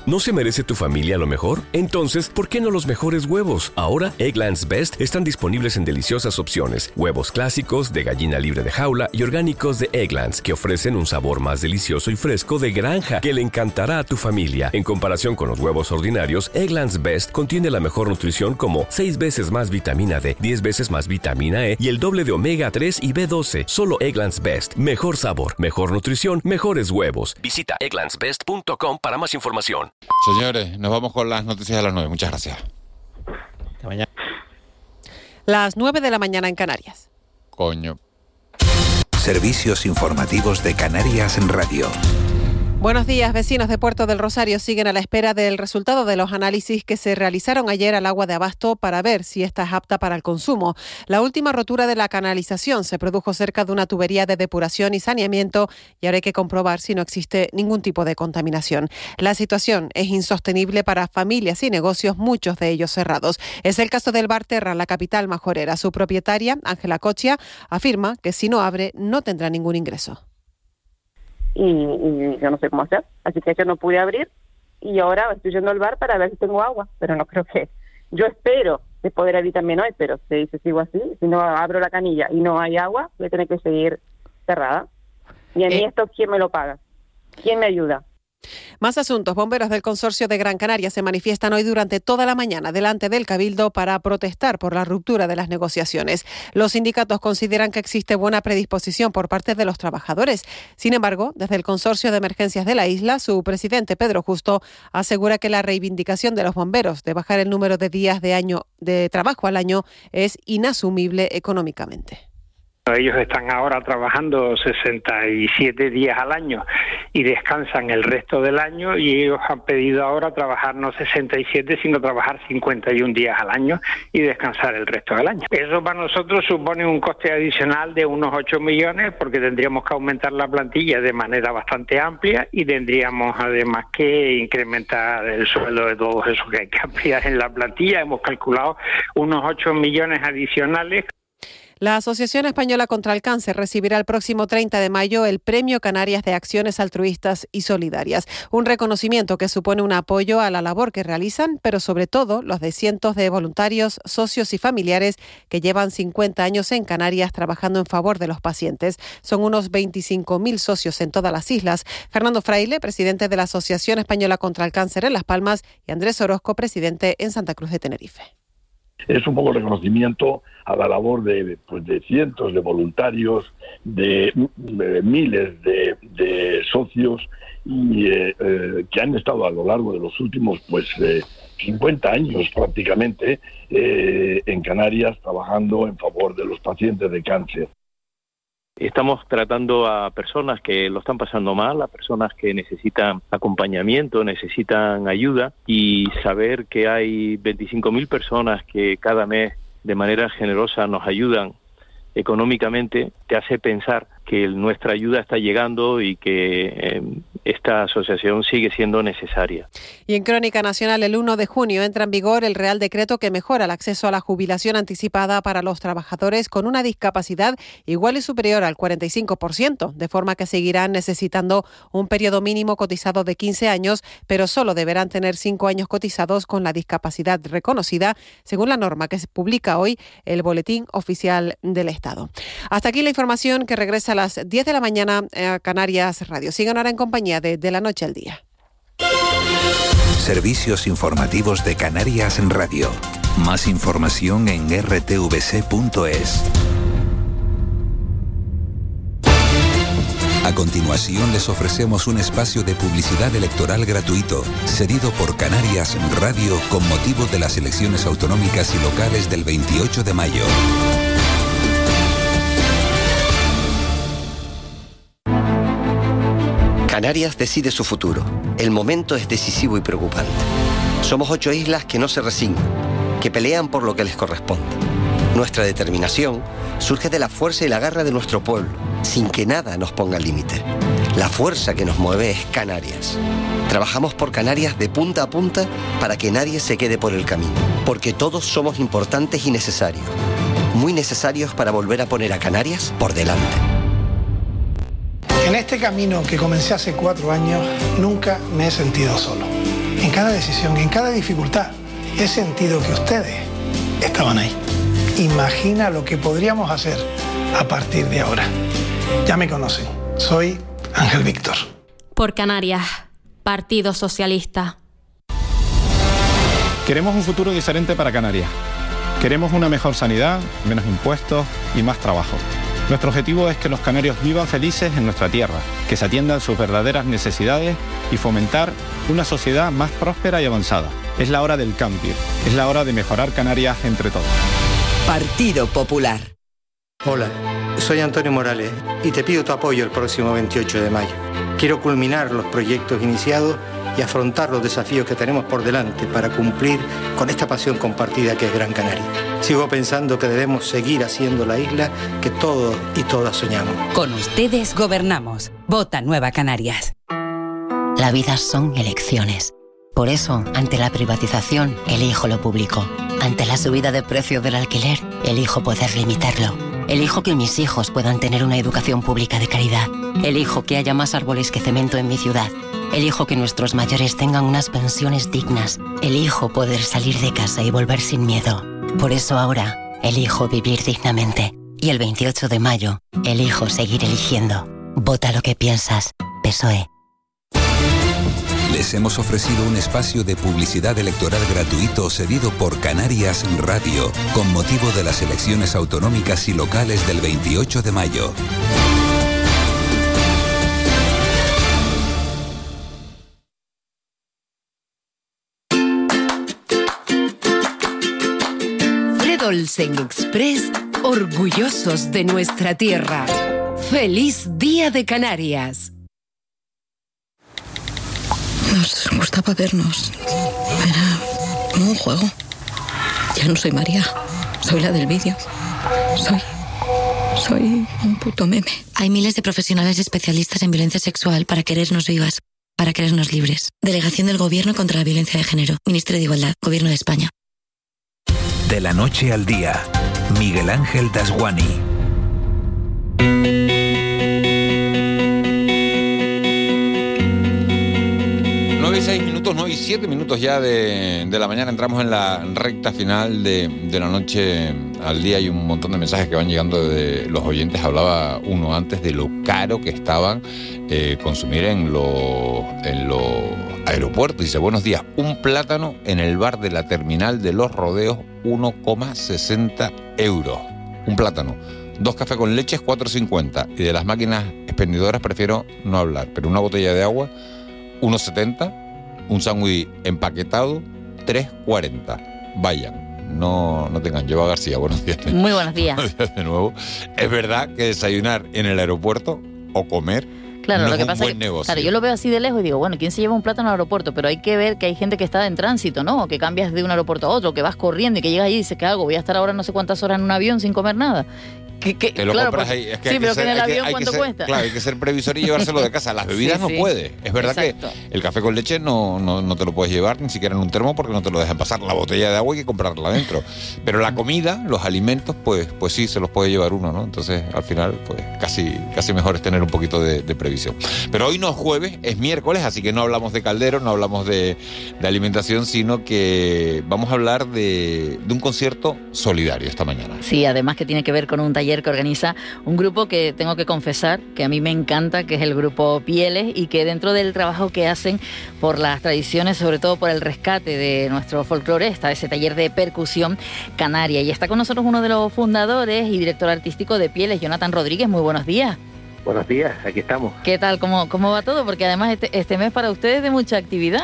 ¿No se merece tu familia lo mejor? Entonces, ¿por qué no los mejores huevos? Ahora, Eggland's Best están disponibles en deliciosas opciones. Huevos clásicos, de gallina libre de jaula y orgánicos de Eggland's, que ofrecen un sabor más delicioso y fresco de granja que le encantará a tu familia. En comparación con los huevos ordinarios, Eggland's Best contiene la mejor nutrición como 6 veces más vitamina D, 10 veces más vitamina E y el doble de omega 3 y B12. Solo Eggland's Best. Mejor sabor, mejor nutrición, mejores huevos. Visita egglandsbest.com para más información. Señores, nos vamos con las noticias de las 9. Muchas gracias. Hasta mañana. Las 9 de la mañana en Canarias. Coño. Servicios informativos de Canarias en Radio. Buenos días, vecinos de Puerto del Rosario siguen a la espera del resultado de los análisis que se realizaron ayer al agua de abasto para ver si esta es apta para el consumo. La última rotura de la canalización se produjo cerca de una tubería de depuración y saneamiento y ahora hay que comprobar si no existe ningún tipo de contaminación. La situación es insostenible para familias y negocios, muchos de ellos cerrados. Es el caso del bar Terra, la capital majorera. Su propietaria, Ángela Cochia, afirma que si no abre no tendrá ningún ingreso. Y yo no sé cómo hacer, así que yo no pude abrir y ahora estoy yendo al bar para ver si tengo agua, pero no creo que, yo espero de poder abrir también hoy, pero si sigo así, si no abro la canilla y no hay agua, voy a tener que seguir cerrada. Y a mí esto, ¿quién me lo paga? ¿Quién me ayuda? Más asuntos. Bomberos del Consorcio de Gran Canaria se manifiestan hoy durante toda la mañana delante del Cabildo para protestar por la ruptura de las negociaciones. Los sindicatos consideran que existe buena predisposición por parte de los trabajadores. Sin embargo, desde el Consorcio de Emergencias de la isla, su presidente Pedro Justo asegura que la reivindicación de los bomberos de bajar el número de días de trabajo al año es inasumible económicamente. Ellos están ahora trabajando 67 días al año y descansan el resto del año, y ellos han pedido ahora trabajar no 67 sino trabajar 51 días al año y descansar el resto del año. Eso para nosotros supone un coste adicional de unos 8 millones porque tendríamos que aumentar la plantilla de manera bastante amplia y tendríamos además que incrementar el sueldo de todos esos que hay que ampliar en la plantilla. Hemos calculado unos 8 millones adicionales. La Asociación Española contra el Cáncer recibirá el próximo 30 de mayo el Premio Canarias de Acciones Altruistas y Solidarias, un reconocimiento que supone un apoyo a la labor que realizan, pero sobre todo los de cientos de voluntarios, socios y familiares que llevan 50 años en Canarias trabajando en favor de los pacientes. Son unos 25.000 socios en todas las islas. Fernando Fraile, presidente de la Asociación Española contra el Cáncer en Las Palmas, y Andrés Orozco, presidente en Santa Cruz de Tenerife. Es un poco reconocimiento a la labor de cientos de voluntarios, de miles de socios y que han estado a lo largo de los últimos 50 años prácticamente en Canarias trabajando en favor de los pacientes de cáncer. Estamos tratando a personas que lo están pasando mal, a personas que necesitan acompañamiento, necesitan ayuda, y saber que hay 25.000 personas que cada mes de manera generosa nos ayudan económicamente, te hace pensar que nuestra ayuda está llegando y que esta asociación sigue siendo necesaria. Y en Crónica Nacional, el 1 de junio entra en vigor el Real Decreto que mejora el acceso a la jubilación anticipada para los trabajadores con una discapacidad igual y superior al 45%, de forma que seguirán necesitando un periodo mínimo cotizado de 15 años, pero solo deberán tener 5 años cotizados con la discapacidad reconocida, según la norma que se publica hoy el Boletín Oficial del Estado. Hasta aquí la información, que regresa a las 10 de la mañana a Canarias Radio. Sigan ahora en compañía de La Noche al Día. Servicios informativos de Canarias en Radio. Más información en rtvc.es. A continuación les ofrecemos un espacio de publicidad electoral gratuito, cedido por Canarias Radio con motivo de las elecciones autonómicas y locales del 28 de mayo. Canarias decide su futuro. El momento es decisivo y preocupante. Somos 8 islas que no se resignan, que pelean por lo que les corresponde. Nuestra determinación surge de la fuerza y la garra de nuestro pueblo, sin que nada nos ponga límite. La fuerza que nos mueve es Canarias. Trabajamos por Canarias de punta a punta para que nadie se quede por el camino, porque todos somos importantes y necesarios, muy necesarios para volver a poner a Canarias por delante. En este camino que comencé hace 4 años, nunca me he sentido solo. en cada decisión, en cada dificultad. He sentido que ustedes estaban ahí. Imagina lo que podríamos hacer a partir de ahora. Ya me conocen, soy Ángel Víctor. Por Canarias, Partido Socialista. Queremos un futuro diferente para Canarias. Queremos una mejor sanidad, menos impuestos y más trabajo. Nuestro objetivo es que los canarios vivan felices en nuestra tierra, que se atiendan sus verdaderas necesidades y fomentar una sociedad más próspera y avanzada. Es la hora del cambio, es la hora de mejorar Canarias entre todos. Partido Popular. Hola, soy Antonio Morales y te pido tu apoyo el próximo 28 de mayo. Quiero culminar los proyectos iniciados y afrontar los desafíos que tenemos por delante para cumplir con esta pasión compartida que es Gran Canaria. Sigo pensando que debemos seguir haciendo la isla que todos y todas soñamos. Con ustedes gobernamos. Vota Nueva Canarias. La vida son elecciones. Por eso, ante la privatización, elijo lo público. Ante la subida de precios del alquiler, elijo poder limitarlo. Elijo que mis hijos puedan tener una educación pública de calidad. Elijo que haya más árboles que cemento en mi ciudad. Elijo que nuestros mayores tengan unas pensiones dignas. Elijo poder salir de casa y volver sin miedo. Por eso ahora, elijo vivir dignamente. Y el 28 de mayo, elijo seguir eligiendo. Vota lo que piensas. PSOE. Les hemos ofrecido un espacio de publicidad electoral gratuito cedido por Canarias Radio, con motivo de las elecciones autonómicas y locales del 28 de mayo. Fred Olsen Express, orgullosos de nuestra tierra. ¡Feliz Día de Canarias! Nos gustaba vernos. Era como un juego. Ya no soy María. Soy la del vídeo. Soy un puto meme. Hay miles de profesionales especialistas en violencia sexual para querernos vivas, para querernos libres. Delegación del Gobierno contra la Violencia de Género. Ministerio de Igualdad. Gobierno de España. De la noche al día, Miguel Ángel Dasguani. 9 y 7 minutos ya de la mañana. Entramos en la recta final de la noche al día. Hay un montón de mensajes que van llegando de los oyentes. Hablaba uno antes de lo caro que estaban consumir en los aeropuertos. Dice, buenos días, un plátano en el bar de la terminal de Los Rodeos, 1,60 euros. Un plátano. 2 cafés con leche, 4,50. Y de las máquinas expendidoras prefiero no hablar. Pero una botella de agua, 1,70. Un sándwich empaquetado, 3,40. Vayan, no tengan. Lleva García, buenos días. Muy buenos días. Buenos días de nuevo. Es verdad que desayunar en el aeropuerto o comer Claro, no lo que es pasa un es buen que, negocio. claro, yo lo veo así de lejos y digo, bueno, ¿quién se lleva un plátano al aeropuerto? Pero hay que ver que hay gente que está en tránsito, ¿no? O que cambias de un aeropuerto a otro, que vas corriendo y que llegas ahí y dices, ¿qué hago? Voy a estar ahora no sé cuántas horas en un avión sin comer nada. Te lo claro, compras ahí. Es que sí, hay pero que que en el ser, avión, ¿cuánto cuesta? Claro, hay que ser previsor y llevárselo de casa. Las bebidas Sí, no sí. puede. Es verdad Exacto. que el café con leche no te lo puedes llevar ni siquiera en un termo porque no te lo dejan pasar. La botella de agua hay que comprarla adentro. Pero la comida, los alimentos, pues sí, se los puede llevar uno, ¿no? Entonces, al final, pues casi mejor es tener un poquito de previsión. Pero hoy no es jueves, es miércoles, así que no hablamos de caldero, no hablamos de alimentación, sino que vamos a hablar de un concierto solidario esta mañana. Sí, además que tiene que ver con un taller que organiza un grupo que tengo que confesar que a mí me encanta, que es el grupo Pieles, y que dentro del trabajo que hacen por las tradiciones, sobre todo por el rescate de nuestro folclore, está ese taller de percusión canaria. Y está con nosotros uno de los fundadores y director artístico de Pieles, Jonathan Rodríguez. Muy buenos días. Buenos días, aquí estamos. ¿Qué tal? ¿Cómo va todo? Porque además este mes para ustedes es de mucha actividad.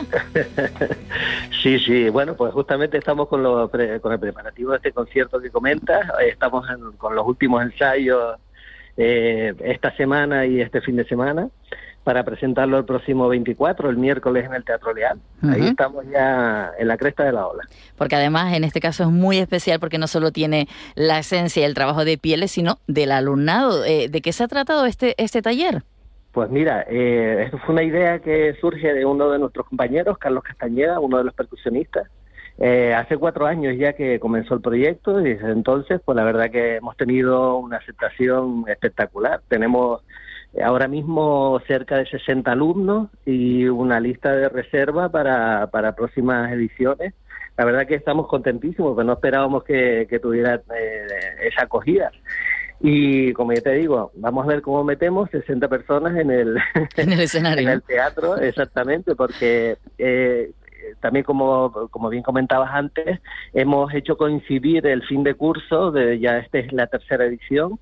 Sí, bueno, pues justamente estamos con el preparativo de este concierto que comentas. Estamos con los últimos ensayos esta semana y este fin de semana para presentarlo el próximo 24, el miércoles en el Teatro Leal. Ahí estamos ya en la cresta de la ola. Porque además en este caso es muy especial porque no solo tiene la esencia y el trabajo de Pieles, sino del alumnado. ¿De qué se ha tratado este taller? Pues mira, esto fue una idea que surge de uno de nuestros compañeros, Carlos Castañeda, uno de los percusionistas. Hace 4 años ya que comenzó el proyecto y desde entonces, pues la verdad que hemos tenido una aceptación espectacular. Tenemos ahora mismo cerca de 60 alumnos y una lista de reserva para próximas ediciones. La verdad que estamos contentísimos, pero no esperábamos que tuviera esa acogida. Y como ya te digo, vamos a ver cómo metemos 60 personas en el escenario, en el teatro, exactamente, porque también como bien comentabas antes, hemos hecho coincidir el fin de curso, ya esta es la tercera edición,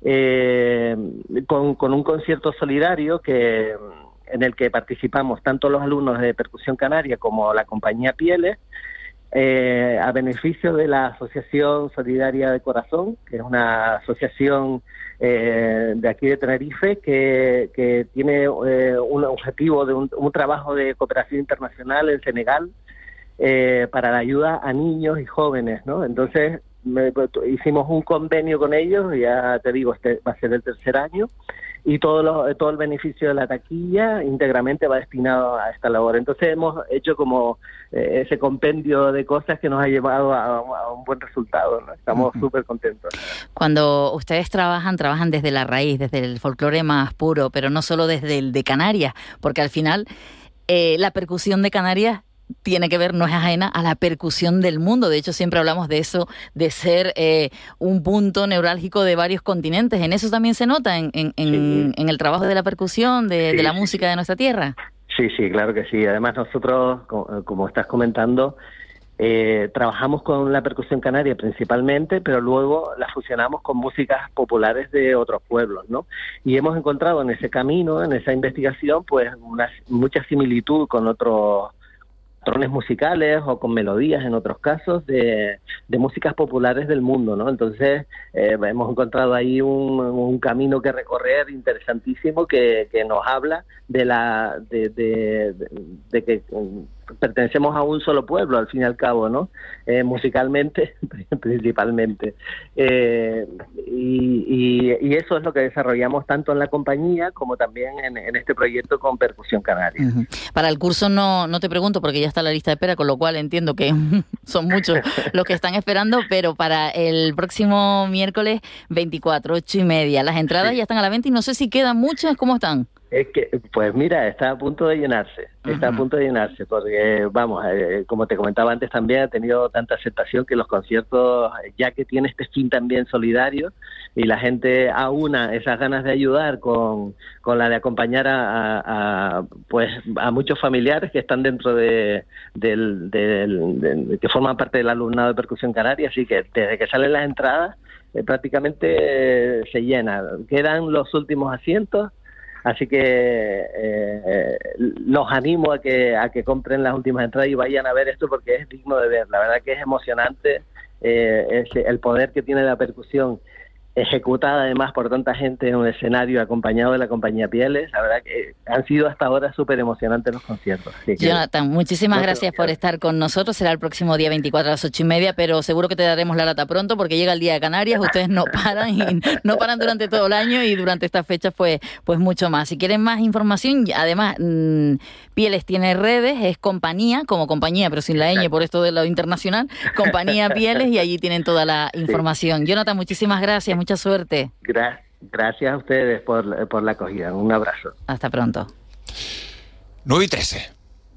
con un concierto solidario en el que participamos tanto los alumnos de Percusión Canaria como la compañía Pieles, a beneficio de la Asociación Solidaria de Corazón, que es una asociación de aquí de Tenerife que tiene un objetivo de un trabajo de cooperación internacional en Senegal para la ayuda a niños y jóvenes, ¿no? Entonces hicimos un convenio con ellos, ya te digo, este va a ser el tercer año, y todo el beneficio de la taquilla íntegramente va destinado a esta labor. Entonces hemos hecho como ese compendio de cosas que nos ha llevado a un buen resultado, ¿no? Estamos súper contentos. Cuando ustedes trabajan desde la raíz, desde el folclore más puro, pero no solo desde el de Canarias, porque al final la percusión de Canarias tiene que ver, no es ajena a la percusión del mundo. De hecho, siempre hablamos de eso, de ser un punto neurálgico de varios continentes. ¿En eso también se nota, en el trabajo de la percusión, de la música de nuestra tierra? Sí, claro que sí. Además, nosotros, como estás comentando, trabajamos con la percusión canaria principalmente, pero luego la fusionamos con músicas populares de otros pueblos, ¿no? Y hemos encontrado en ese camino, en esa investigación, pues mucha similitud con otros patrones musicales o con melodías en otros casos de músicas populares del mundo, ¿no? Entonces hemos encontrado ahí un camino que recorrer interesantísimo que nos habla de que pertenecemos a un solo pueblo al fin y al cabo, ¿no? Musicalmente principalmente, y eso es lo que desarrollamos tanto en la compañía como también en este proyecto con Percusión Canaria. Para el curso no te pregunto porque ya está la lista de espera, con lo cual entiendo que son muchos los que están esperando, pero para el próximo miércoles 24, 8:30, las entradas ya están a la venta y no sé si quedan muchas. ¿Cómo están? Es que, pues mira, está a punto de llenarse, porque, vamos, como te comentaba antes también, ha tenido tanta aceptación que los conciertos, ya que tiene este fin también solidario, y la gente aúna esas ganas de ayudar con la de acompañar a muchos familiares que están dentro que forman parte del alumnado de Percusión Canaria, así que desde que salen las entradas, prácticamente se llena. Quedan los últimos asientos. Así que los animo a que compren las últimas entradas y vayan a ver esto porque es digno de ver. La verdad que es emocionante el poder que tiene la percusión ejecutada además por tanta gente en un escenario acompañado de la compañía Pieles. La verdad que han sido hasta ahora súper emocionantes los conciertos. Jonathan, muchísimas gracias por estar con nosotros. Será el próximo día 24 a las 8:30, pero seguro que te daremos la lata pronto porque llega el Día de Canarias. Ustedes no paran y no paran durante todo el año y durante estas fechas pues mucho más. Si quieren más información, además Pieles tiene redes, es compañía, como compañía, pero sin la ñ por esto de lo internacional, compañía Pieles, y allí tienen toda la información. Jonathan, muchísimas gracias. Mucha suerte. Gracias a ustedes por la acogida. Un abrazo. Hasta pronto. 9:13.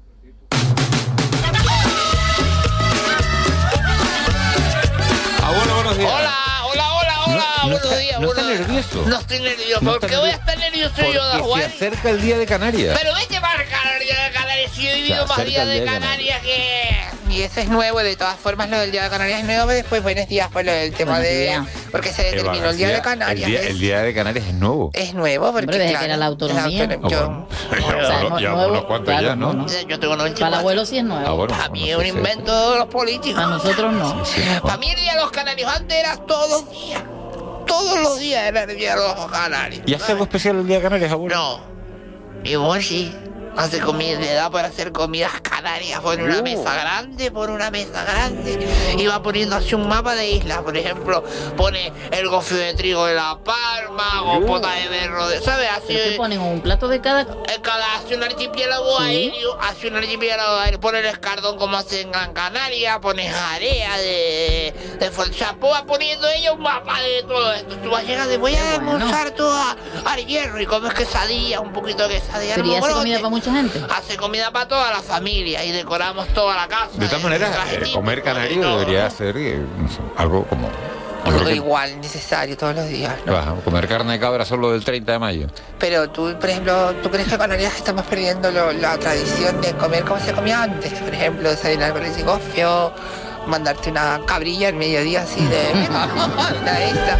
Abuelo, buenos días. Hola. Buenos días. ¿No estás nervioso? No estoy nervioso. ¿Por qué voy a estar nervioso yo, da Juan? Se acerca el Día de Canarias. Pero vete para el Día de Canarias. Si yo he vivido más días de Canarias que... Y ese es nuevo, de todas formas lo del Día de Canarias es nuevo, después buenos días por lo del tema de... Porque se determinó el Día de Canarias. El Día de Canarias es nuevo. Es nuevo porque, desde que era la autonomía. Ya unos cuantos ya, ¿no? Yo tengo 90. Para el abuelo sí es nuevo. Para mí es un invento de los políticos. Para nosotros no. Para mí el Día de los Canarios antes era todos los días. Todos los días era el Día de los Canarios. ¿Y hace algo especial el Día de Canarias, abuelo? No. Y vos sí. Hace comida, le da para hacer comidas canarias, pone una mesa grande, y va poniendo así un mapa de islas. Por ejemplo, pone el gofio de trigo de La Palma, compota de berro, ¿sabes? Así. ¿Qué ponen? ¿Un plato de cada? Hace un archipiélago aéreo, pone el escardón como hace en Gran Canaria, pone jarea de Chapo, va poniendo ella un mapa de todo esto. Tú vas a llegar de voy a almorzar todo al hierro y comes quesadilla, un poquito de quesadilla. ¿Pero y hace comida para mucha gente? Hace comida para toda la familia y decoramos toda la casa. De todas maneras, comer canario debería ser algo como... Yo creo que igual, necesario todos los días, ¿no? Comer carne de cabra solo del 30 de mayo. Pero tú, por ejemplo, ¿tú crees que en Canarias estamos perdiendo la tradición de comer como se comía antes? Por ejemplo, desayunar con el gofio, mandarte una cabrilla al mediodía así de... una de estas.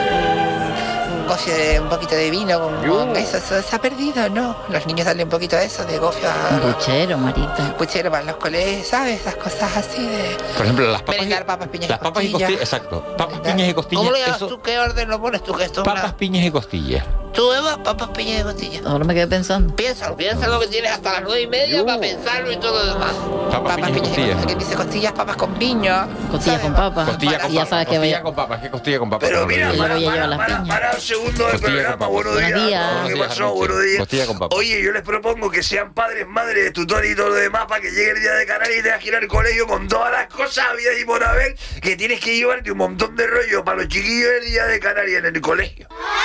Un poquito de vino con eso se ha perdido, ¿no? Los niños darle un poquito de eso, de gofio a... Puchero, Marita. Puchero para los colegios, ¿sabes? Esas cosas así de... Por ejemplo, las papas... Merendar papas, piñas las papas y costillas. Exacto. Papas, piñas y costillas. ¿Cómo lo llamas tú? ¿Qué orden lo pones tú? Que esto papas, piñas y costillas. ¿Tú, Eva? Papas, piñas y costillas. Ahora me quedé pensando. Piénsalo que tienes hasta las 9:30 para pensarlo y todo lo demás. Papas, piñas y costillas. Que dice costillas, papas con piña. Costillas con papas. Ya sabes que vaya. Costilla con papas. ¿Qué costilla con papas? Pero mira, para un segundo del programa. Buenos días. ¿Qué pasó? Buenos días. Costilla con papas. Oye, yo les propongo que sean padres, madres, tutores y todo lo demás para que llegue el día de Canarias y tengas que ir al colegio con todas las cosas habidas y por haber, que tienes que llevarte un montón de rollo para los chiquillos el día de Canarias en el colegio.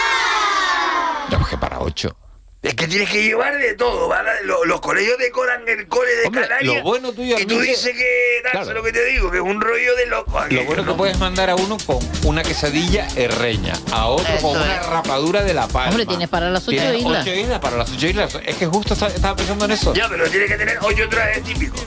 Ya, pues que para 8. Es que tienes que llevar de todo, ¿vale? Los colegios decoran el cole de Canarias. Lo bueno tuyo, y tú dices que, claro, lo que te digo, que es un rollo de loco. Lo bueno que puedes mandar a uno con una quesadilla herreña, a otro con una rapadura de La Palma. Hombre, tienes para las 8 islas. 8 islas, para las 8 islas. Es que justo estaba pensando en eso. Ya, pero tienes que tener 8 trajes típicos.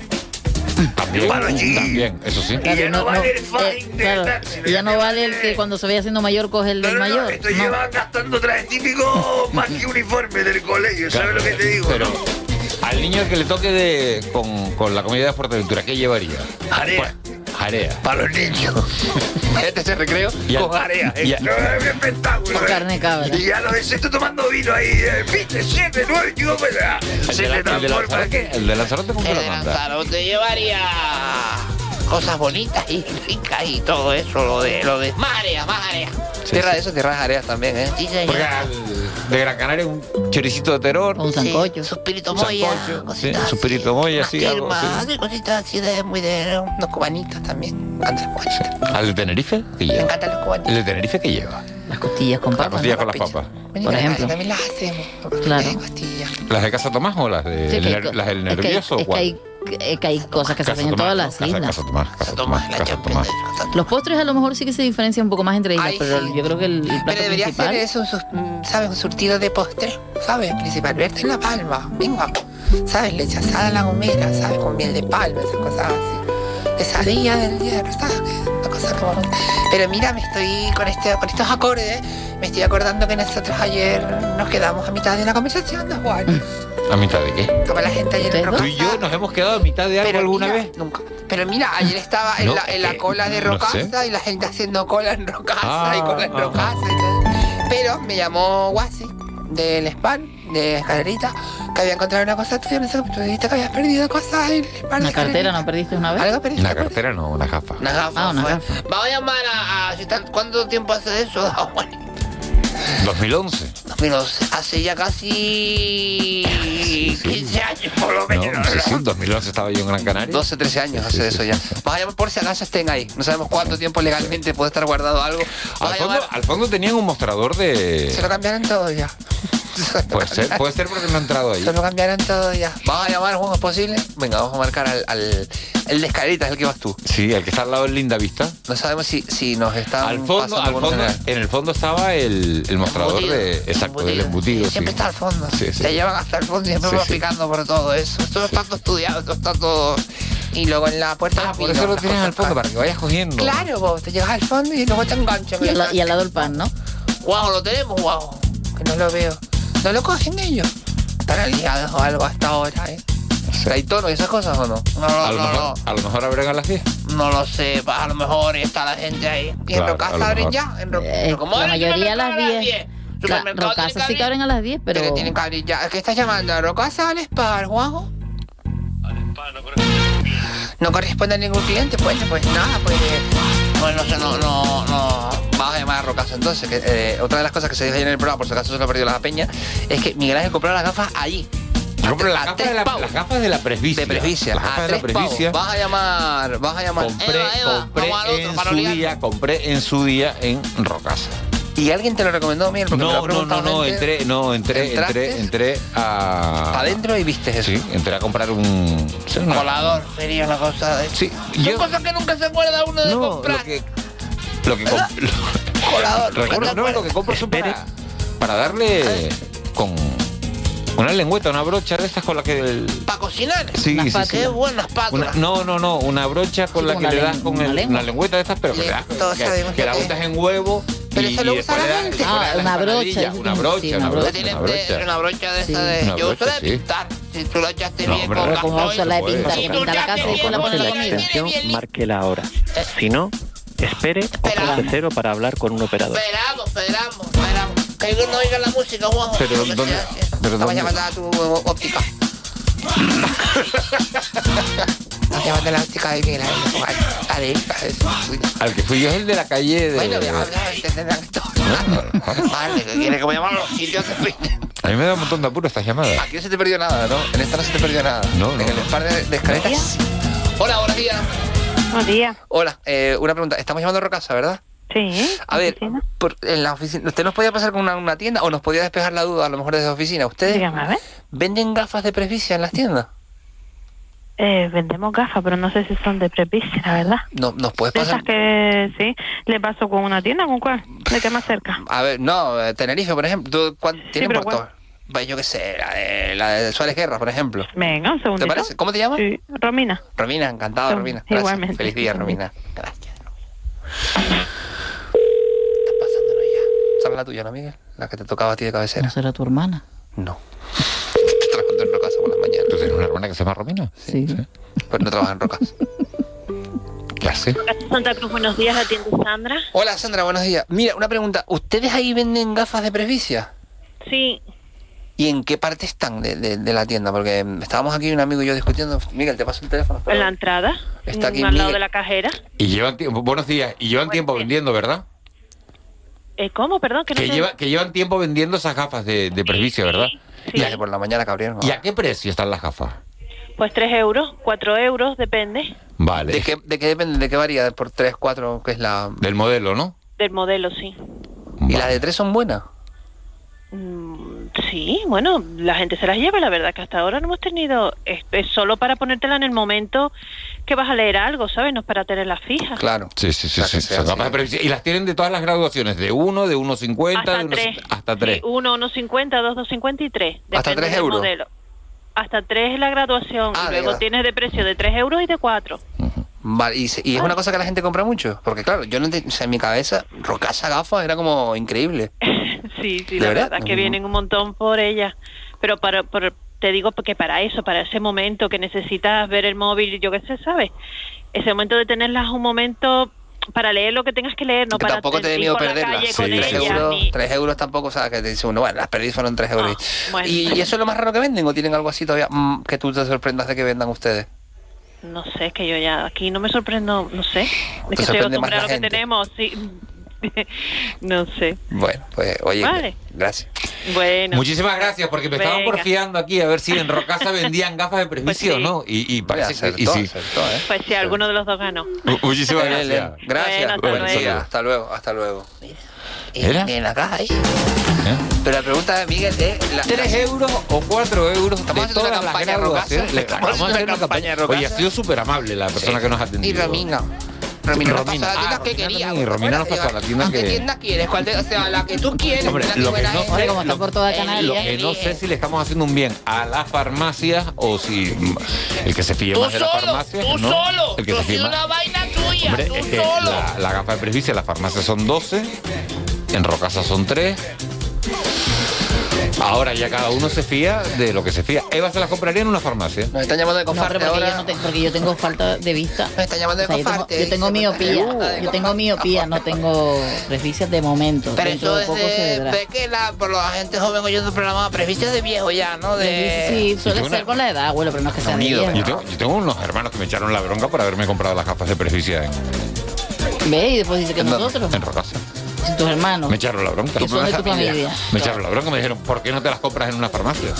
También, eso sí. Y ya no vale el fine claro, y ya no vale el que cuando se vaya haciendo mayor coge el del mayor. Esto lleva gastando trajes típicos más que uniforme del colegio, ¿sabes lo que te digo? Pero al niño que le toque con la comida de Fuerteventura, ¿qué llevaría? Jarea. Jarea. Para los niños. Este es el recreo. Con jarea. Es un espectáculo. Con carne de cabra. Y ya lo ves, estoy tomando vino ahí. 7, 9, digo, pues se le transforma. ¿El de Lanzarote con qué lo manda? Lanzarote llevaría cosas bonitas y ricas y todo eso, lo de marea. Sí, tierra de eso, tierra de jareas también, ¿eh? Sí, señor. Porque de Gran Canaria un choricito de terror. Un sancocho. Suspirito moya. Sí, suspirito moya, sí, algo así. Cositas así de muy de unos cubanitos también. ¿Al de Tenerife? ¿Qué lleva? Me encantan los cubanitos. ¿El de Tenerife qué lleva? Las costillas con papas. Las costillas con las papas. Por ejemplo. También las hacemos. Claro. ¿Las de Casa Tomás o las del Nervioso? Es que hay cosas que se hacen en todas las islas. Casa Tomás. Los postres a lo mejor sí que se diferencian un poco más entre islas, pero yo creo que el plato pero debería principal... ser eso, ¿sabes? Un surtido de postre, ¿sabes? Principalmente en La Palma, venga, ¿sabes? Leche asada en La Gomera, ¿sabes? Con miel de palma, esas cosas así. Quesadilla del hierro, ¿sabes? Una cosa como... Pero mira, me estoy con estos acordes, me estoy acordando que nosotros ayer nos quedamos a mitad de una conversación, ¿no, Juan? ¿A mitad de qué? Como la gente ayer en Rocasa. ¿Tú y yo nos hemos quedado a mitad de algo alguna vez? Nunca. Pero mira, ayer estaba en la cola de Rocasa y la gente haciendo cola en Rocasa y cola en Rocasa. Pero me llamó Guasi del Spam, de Escalerita, que había encontrado una cosa tuya, no sé, tú dijiste que habías perdido cosas en el Spam. ¿Una cartera no perdiste una vez? ¿Algo perdiste? Una cartera no, una gafa. Una gafa. Una gafa. Vamos a llamar a ¿cuánto tiempo hace de eso? 2011. 2011. Hace ya casi 15 años por lo menos. No, sí, en 2011 estaba yo en Gran Canaria. 12, 13 años hace eso ya. Vamos a llamar por si acaso estén ahí. No sabemos cuánto tiempo legalmente puede estar guardado algo. Al fondo tenían un mostrador de... Se lo cambiaron todo ya. Puede ser porque no ha entrado ahí. Se lo cambiaron todo ya. Vamos a llamar, Juan, ¿es posible? Venga, vamos a marcar el de Escaleritas, el que vas tú. Sí, el que está al lado del Linda Vista. No sabemos si nos están al fondo, en el fondo estaba el mostrador del embutido. Siempre está al fondo. Sí. Te llevan hasta el fondo y siempre vas picando por todo eso. Esto está todo estudiado, esto está todo... Y luego en la puerta... por eso lo tienes al fondo, para que vayas cogiendo. Claro, vos te llegas al fondo y luego te enganchan. Y al lado el pan, ¿no? Guau, lo tenemos, guau. Que no lo veo. ¿No lo cogen ellos? ¿Están aliados o algo hasta ahora, Sí. ¿Hay tono y esas cosas o no? A lo mejor abren a las 10. No lo sé, a lo mejor está la gente ahí. ¿Y en Rocasa abren ya? La mayoría a las 10. Supermercado Rocasa tiene que sí que abren a las 10, pero... abrir. Tienen que abrir ya. ¿Qué estás llamando? ¿A Rocasa al Spar, Juanjo? ¿No corresponde a ningún cliente? Pues nada, pues... Bueno, no. Vamos a llamar a Rocasa entonces. Que, otra de las cosas que se dijo ayer en el programa, por si acaso se lo ha perdido la peña, es que Miguel Ángel compró las gafas allí. Yo compré las gafas de la presbicia. De presbicia. Las gafas A de la 3 pavos. presbicia. Vas a llamar. Compré en su día en Rocasa. ¿Y alguien te lo recomendó, Miguel? Porque me lo ha preguntado gente. Entré a... Adentro y viste eso. Sí, entré a comprar un... Colador, sería una cosa de... Sí. Son cosas que nunca se acuerda uno de comprar. Lo que Colador. Lo que compro son para darle con una lengüeta, una brocha de estas con la que... ¿Para cocinar? Sí. Qué buena espátula. No, una brocha con la que le das con una lengüeta de estas, pero que la untas en huevo. Pero eso lo usa la gente. Una brocha. Una brocha de esa de... Yo uso de pintar. Si tú lo echaste bien con gasoil. ¿Cómo usa la de pintar? Pinta la casa y después la pone la comida. Márquela ahora. Si no, espere o pulse 0 para hablar con un operador. Esperamos. Que no oiga la música, Juanjo. Pero ¿dónde? Estaba llamando a tu óptica. Estaba llamando a la óptica de Miguel Ángel. Al que fui yo es el de la calle de... Bueno, entenderán esto. Vale, que quiere que me llamen a los sitios que fuiste. A mí me da un montón de apuro estas llamadas. Aquí no se te perdió nada, ¿no? En esta no se te perdió nada. No. En el par de escaleras. Hola, buenos días. Buenos días. Hola, una pregunta. Estamos llamando a Rocasa, ¿verdad? Sí. A ver, en la oficina, ¿usted nos podía pasar con una tienda o nos podía despejar la duda a lo mejor desde la oficina? ¿Ustedes Dígame, a ver. venden gafas de presbicia en las tiendas? Vendemos gafas, pero no sé si son de presbicia, la verdad. No, ¿nos puedes ¿Piensas pasar? que sí? ¿Le paso con una tienda? ¿Con cuál? ¿De qué más cerca? A ver, no, Tenerife, por ejemplo. ¿Tienen pero por todo? Pues yo qué sé, la de Suárez Guerra, por ejemplo. Venga, un segundito. ¿Te parece? ¿Cómo te llamas? Sí, Romina. Romina, encantado, Romina. Gracias. Igualmente. Feliz día, Romina. Gracias. ¿Sabes la tuya, no, Miguel? La que te tocaba a ti de cabecera. ¿No será tu hermana? No. Estoy trabajando en Rocasa por las mañanas. ¿Tú tienes una hermana que se llama Romina? Sí. Pues no trabaja en Rocasa. ¿Qué hace? Santa Cruz, buenos días, la tienda Sandra. Hola, Sandra, buenos días. Mira, una pregunta. ¿Ustedes ahí venden gafas de presbicia? Sí. ¿Y en qué parte están de la tienda? Porque estábamos aquí un amigo y yo discutiendo. Miguel, te paso el teléfono. En la entrada. Está aquí al lado Miguel. de la cajera. Y llevan tiempo, buenos días, y llevan tiempo vendiendo, ¿verdad? ¿Cómo? Perdón, que no te... Que llevan tiempo vendiendo esas gafas de presbicia, ¿verdad? Y hace por la mañana que abrieron. ¿Y a qué precio están las gafas? Pues 3 euros, 4 euros, depende Vale. ¿De qué depende? ¿De qué varía? ¿Por 3, 4? ¿Qué es la...? Del modelo, ¿no? del modelo, sí. ¿Y las de 3 son buenas? Sí, bueno, la gente se las lleva, la verdad que hasta ahora no hemos tenido... Es solo para ponértela en el momento que vas a leer algo, ¿sabes? No es para tenerlas fijas. Claro. Sí. Son gafas de presbicia. Y las tienen de todas las graduaciones, de 1, de 1,50, Hasta de 3. hasta 3. Sí, 1, 1,50, 2, 2,50 y 3. ¿Hasta 3 euros? Modelo. Hasta 3 es la graduación. Ah, y luego tienes de precio de 3 euros y de 4. Vale, y es una cosa que la gente compra mucho. Porque claro, yo no o sea, en mi cabeza, Rocasa gafas era como increíble. Sí, ¿De la verdad? verdad que vienen un montón por ella. Pero te digo que para eso, para ese momento que necesitas ver el móvil, yo qué sé, ¿sabes? Ese momento de tenerlas un momento para leer lo que tengas que leer, no Que para tampoco te dé ir miedo por la perderlas. calle con 3 ellas, euros, ni- 3 euros tampoco, o sea, que te dice uno, bueno, las perdí fueron 3 euros. bueno. ¿Y eso es lo más raro que venden o tienen algo así todavía que tú te sorprendas de que vendan ustedes? No sé, es que yo ya aquí no me sorprendo, no sé. Es que estoy sorprende más acostumbrada a la lo que gente. tenemos, sí. No sé. Bueno, pues oye, Vale. gracias. Bueno. Muchísimas gracias, porque me estaban Venga. porfiando aquí a ver si en Rocasa vendían gafas de presbicia o no. Y parece que... y sí. Pues sí, alguno de los dos ganó. Muchísimas Bien, gracias. Gracias. Bueno, hasta luego. Hasta luego. ¿Era? En la caja ahí. Pero la pregunta de Miguel es... 3 euros o 4 euros Estamos de haciendo todas una las campaña graduaciones. Rocasa. Estamos haciendo una campaña Rocasa. Oye, ha sido súper amable la persona que nos ha atendido. Y Romina nos pasó la tienda que quería. Y Romina nos pasó la tienda ¿Qué que... tienda quieres? O sea, la que tú quieres. Hombre, la que lo que buena no es. sé, como está por toda Canarias. lo que no sé si le estamos haciendo un bien a las farmacias o si el que se fíe Tú más de las solo, farmacias, tú ¿no? solo. El que Tú se has fíe sido más. una vaina tuya. Hombre, Tú es que solo. la gafa de presbicia, las farmacias son 12, en Rocasa son 3. Ahora ya cada uno se fía de lo que se fía. Eva se las compraría en una farmacia. Nos están llamando de No, Cofarte pero porque, ahora. porque yo tengo falta de vista. Me están llamando de Cofarte. Yo tengo miopía. Yo tengo miopía, no tengo presbicia de momento. Pero Dentro eso de poco se verá. de que por la gente joven oyendo el programa, presbicia de viejo ya, ¿no? Sí, suele ser con la edad, abuelo, pero no es que sea de viejo. Yo tengo unos hermanos que me echaron la bronca por haberme comprado las gafas de presbicia Ve, y después dice que nosotros. En Rocasa. Tus hermanos. Me echaron la bronca. Que son de tu familia. Me echaron la bronca, me dijeron, ¿por qué no te las compras en una farmacia?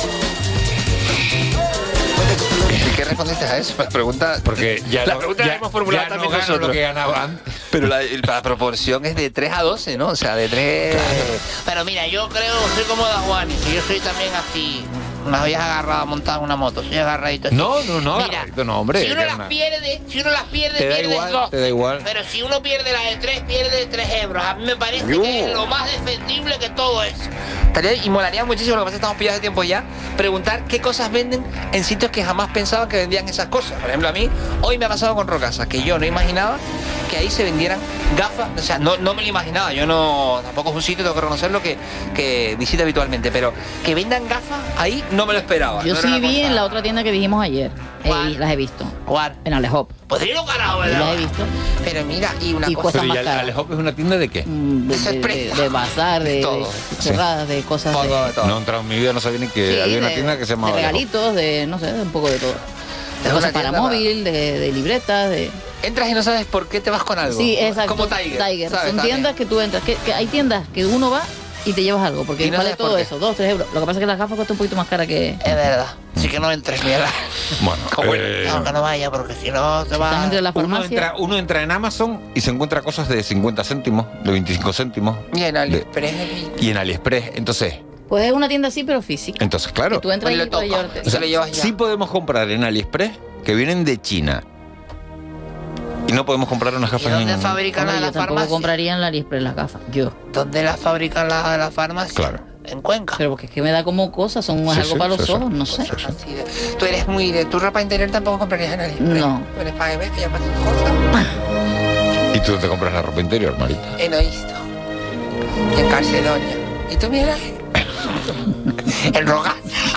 ¿Y qué respondiste a eso? La pregunta, porque ya la pregunta la hemos formulado ya también no gano nosotros. lo que ganaba antes. Pero la proporción es de 3 a 12, ¿no? O sea, de 3... Claro. Pero mira, yo creo, soy como da Juan, y yo soy también así. Me habías agarrado montada en una moto, soy agarradito. No, Mira, agarradito, no, hombre. Si uno las pierde, te da pierdes igual, 2. te da igual. Pero si uno pierde la de 3, pierde 3 euros. A mí me parece que es lo más defendible que todo eso. Y molaría muchísimo, lo que pasa es que estamos pillados de tiempo ya, preguntar qué cosas venden en sitios que jamás pensaba que vendían esas cosas. Por ejemplo, a mí, hoy me ha pasado con Rocasa, que yo no imaginaba que ahí se vendieran gafas. O sea, no me lo imaginaba. Yo no, tampoco es un sitio, tengo que reconocerlo, que visito habitualmente. Pero que vendan gafas ahí no me lo esperaba. Yo no sí vi en la otra tienda que dijimos ayer. Las he visto. ¿Cuál? En Alehop. Podría un carajo, ¿verdad? Las he visto. Pero mira, y una cosa cosas más más caras. ¿Alehop es una tienda de qué? De bazar, de chorradas, de cosas de No he entrado en mi vida, no sabía ni que había una tienda que se llamaba de Alehop. regalitos, de no sé, de un poco de todo. De cosas para móvil, de libretas, de... Entras y no sabes por qué te vas con algo. Sí, exacto. Como Tiger. ¿sabes? Son tiendas que tú entras, que hay tiendas que uno va y te llevas algo, porque no vale sabes todo por qué. eso, 2, 3 euros. Lo que pasa es que las gafas cuestan un poquito más cara que... Es verdad. Así que no entres ni a la... Bueno, no, que no vaya, porque si no te va... entre la farmacia... Uno entra en Amazon y se encuentra cosas de 50 céntimos, de 25 céntimos. Y en AliExpress. Y en AliExpress. Entonces, Pues es una tienda así, pero física. Entonces, claro. Que tú entras y puedes llevarte. O sea, sí podemos comprar en AliExpress que vienen de China. Y no podemos comprar unas gafas ¿Dónde fabrican Hombre, las yo tampoco farmacias? compraría en la AliExpress las gafas. Yo. ¿Dónde las fabrican las farmacias? Claro. En Cuenca. Pero porque es que me da como cosas, son Sí, algo sí, para los sí, ojos, no sé. Tú eres muy de tu ropa interior, tampoco comprarías en AliExpress. No. Tú eres para ver que ya pasó cosas. ¿Y tú te compras la ropa interior, Marita? En Oisto. En Carcedonia. ¿Y tú mira? En Rocasa.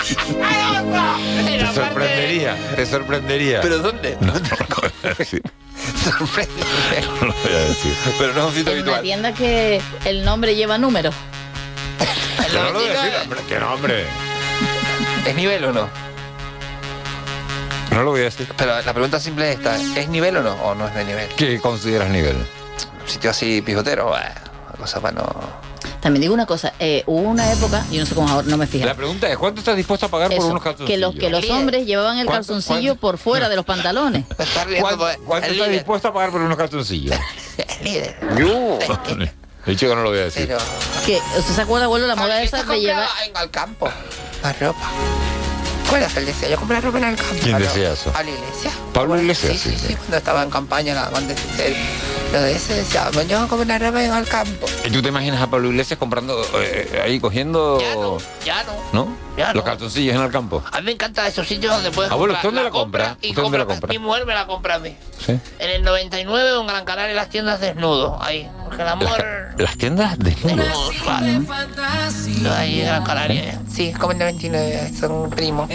Te sorprendería. ¿Pero dónde? No te lo voy a decir. Sorprende. No lo voy a decir. Pero no es un sitio En una habitual. tienda que el nombre lleva números. Que no lo voy a decir, hombre. Que no, hombre. ¿Es nivel o no? No lo voy a decir. Pero la pregunta simple es esta. ¿Es nivel o no es de nivel? ¿Qué consideras nivel? Un sitio así pijotero, bueno, una cosa para no... También digo una cosa, hubo una época, yo no sé cómo ahora, no me fijo. La pregunta es, ¿cuánto estás dispuesto a pagar por Eso, unos calzoncillos? que los hombres llevaban el ¿Cuánto- calzoncillo por fuera de los pantalones. ¿Cuánto estás dispuesto a pagar por unos calzoncillos? Líder. Yo. He dicho que no lo voy a decir. Pero... Que, ¿usted se acuerda, abuelo, la moda esa de llevar... en el campo. La ropa. ¿Cuál es el deseo? Yo compré ropa en el campo. ¿Quién decía eso? A la iglesia. Pablo Iglesias, Sí, cuando estaba en campaña, nada más de ser. Lo de ese decía, yo voy a comprar ropa en el campo. ¿Y tú te imaginas a Pablo Iglesias comprando, ahí cogiendo... Ya no. ¿No? Ya Los no. calzoncillos en el campo. A mí me encantan esos sitios donde puedes Abuelo, comprar. ¿dónde la compra? Y ¿Usted dónde la compra? Mi mujer me la compra a mí. Sí. En el 99 en Gran Canaria las tiendas desnudos. Ahí. Porque el amor... Las tiendas desnudos. Vale. Ahí en Gran Canaria. Sí, es como el 99, son primos.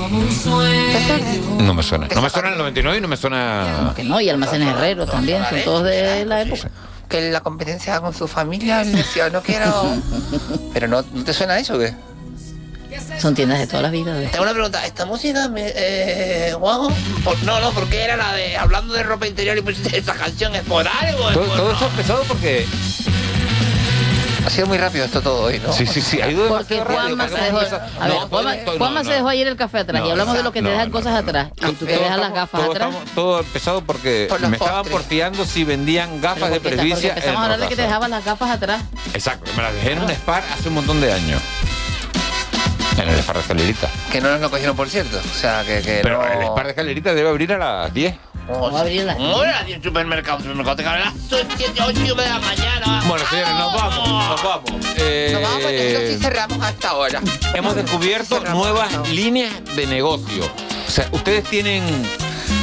No me suena. No me suena el 99 y no me suena... Que no, y Almacenes Herrero también, son todos de la época. Que la competencia con su familia, él decía, no quiero... Pero ¿no te suena eso o qué? Son tiendas de toda la vida. Tengo una pregunta, ¿esta música, Juanjo? No, porque era la de hablando de ropa interior y pusiste esa canción, ¿es por algo? Todo eso ha empezado porque... Ha sido muy rápido esto todo hoy, ¿no? Sí, ha ido Porque Juanma se dejó... A ver, Juanma se dejó ayer el café atrás y hablamos de lo que te dejan cosas atrás. Y tú te dejas las gafas atrás. Todo ha empezado porque me estaban porfiando si vendían gafas de Porque presbicia. empezamos a hablar de que te dejaban las gafas atrás. Exacto, me las dejé en un Spar hace un montón de años. En el Spar de Escalerita. Que no nos lo cogieron, por cierto. O sea, que Pero no... el Spar de Escalerita debe abrir a las 10. No va a abrir el supermercado. El supermercado te cabe a las 7, 8 de la mañana. Bueno, señores, nos vamos. Nos vamos, nosotros sí cerramos hasta ahora. Hemos descubierto nuevas líneas de negocio. O sea, ustedes tienen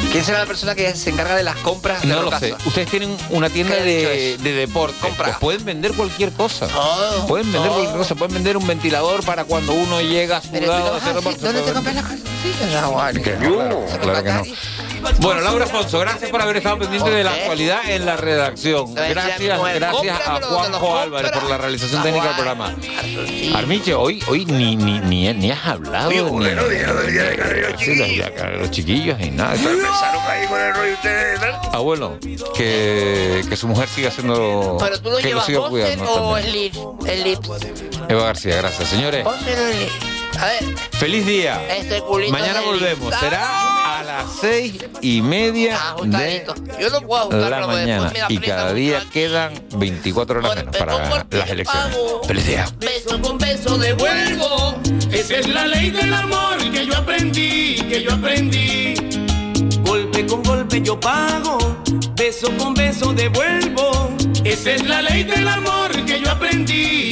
¿Quién será la persona que se encarga de las compras de No lo Rocasa? sé. Ustedes tienen una tienda ¿Qué ha dicho de deporte. Compra. Pues pueden vender cualquier cosa. Todo, Pueden vender todo. cualquier cosa. Pueden vender un ventilador para cuando uno llega Pero tú sudado no a vas hacer a decir, deporte. ¿dónde te Se compras puede las calzoncillas, Aguani? Que no, claro que no. Bueno, Laura Alfonso, gracias por haber estado pendiente de la actualidad en la redacción. Gracias a Juanjo Álvarez por la realización técnica del programa. Armiche, hoy ni has hablado. Oye, ni bueno, día de Canarias, sí, los chiquillos y nada. Empezaron ahí con el rollo ustedes, ¿verdad? Abuelo, que su mujer siga haciendo. Pero tú lo que lo llevas siga Boxer cuidando o también. el lips. Eva García, gracias. Señores, Boxer o el lips. A ver, feliz día. este culito Mañana del volvemos. lips. Será a las 6:30 de Ajustadito. Yo no puedo ajustarlo, la porque mañana. después me da Y prisa cada día quedan 24 horas menos para las elecciones. Feliz día. Beso con beso devuelvo. Esa es la ley del amor que yo aprendí. Golpe con golpe yo pago, beso con beso devuelvo. Esa es la ley del amor que yo aprendí.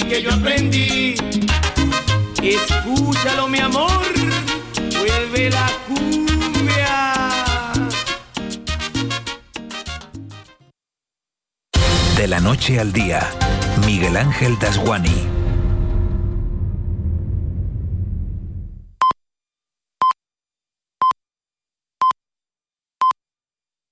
Escúchalo, mi amor, vuelve la cumbia. De la noche al día, Miguel Ángel Dasguani.